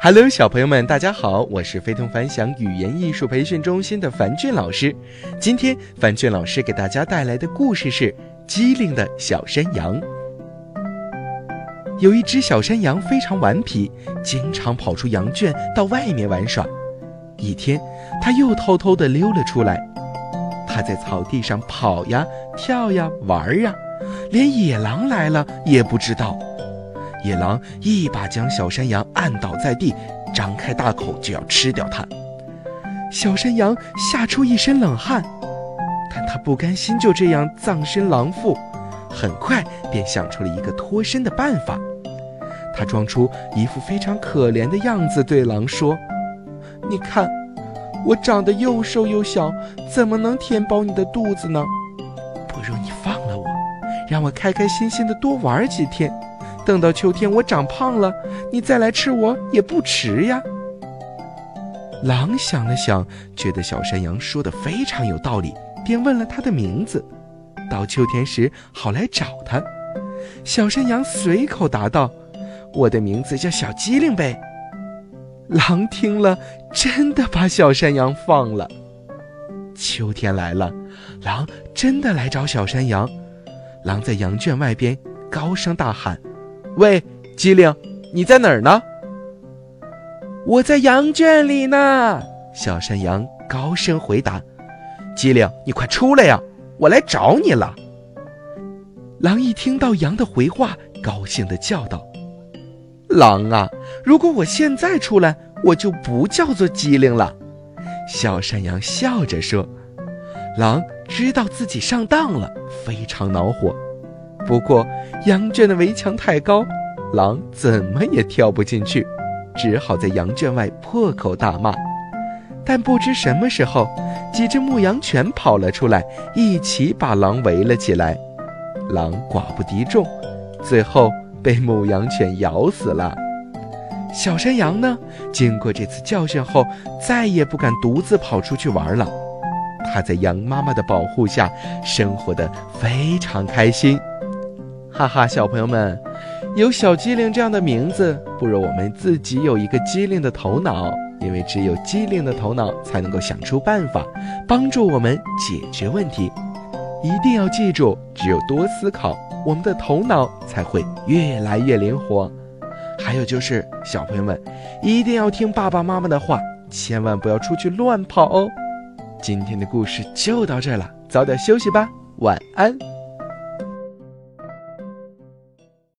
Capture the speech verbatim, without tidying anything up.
Hello， 小朋友们，大家好，我是非同凡响语言艺术培训中心的樊俊老师。今天樊俊老师给大家带来的故事是机灵的小山羊。有一只小山羊非常顽皮，经常跑出羊圈到外面玩耍。一天，它又偷偷地溜了出来。它在草地上跑呀跳呀玩呀，连野狼来了也不知道。野狼一把将小山羊按倒在地，张开大口就要吃掉它。小山羊吓出一身冷汗，但他不甘心就这样葬身狼腹，很快便想出了一个脱身的办法。他装出一副非常可怜的样子，对狼说：你看，我长得又瘦又小，怎么能填饱你的肚子呢？不如你放了我，让我开开心心的多玩几天，等到秋天我长胖了，你再来吃我也不迟呀。狼想了想，觉得小山羊说的非常有道理，便问了他的名字，到秋天时好来找他。小山羊随口答道：我的名字叫小机灵呗。狼听了，真的把小山羊放了。秋天来了，狼真的来找小山羊。狼在羊圈外边高声大喊：喂，机灵，你在哪儿呢？我在羊圈里呢，小山羊高声回答。机灵，你快出来呀，我来找你了。狼一听到羊的回话，高兴地叫道：狼啊，如果我现在出来，我就不叫做机灵了。小山羊笑着说。狼知道自己上当了，非常恼火。不过羊圈的围墙太高，狼怎么也跳不进去，只好在羊圈外破口大骂。但不知什么时候，几只牧羊犬跑了出来，一起把狼围了起来。狼寡不敌众，最后被牧羊犬咬死了。小山羊呢，经过这次教训后，再也不敢独自跑出去玩了。它在羊妈妈的保护下，生活得非常开心。哈哈，小朋友们，有小机灵这样的名字，不如我们自己有一个机灵的头脑，因为只有机灵的头脑才能够想出办法，帮助我们解决问题。一定要记住，只有多思考，我们的头脑才会越来越灵活。还有就是，小朋友们一定要听爸爸妈妈的话，千万不要出去乱跑哦。今天的故事就到这了，早点休息吧，晚安。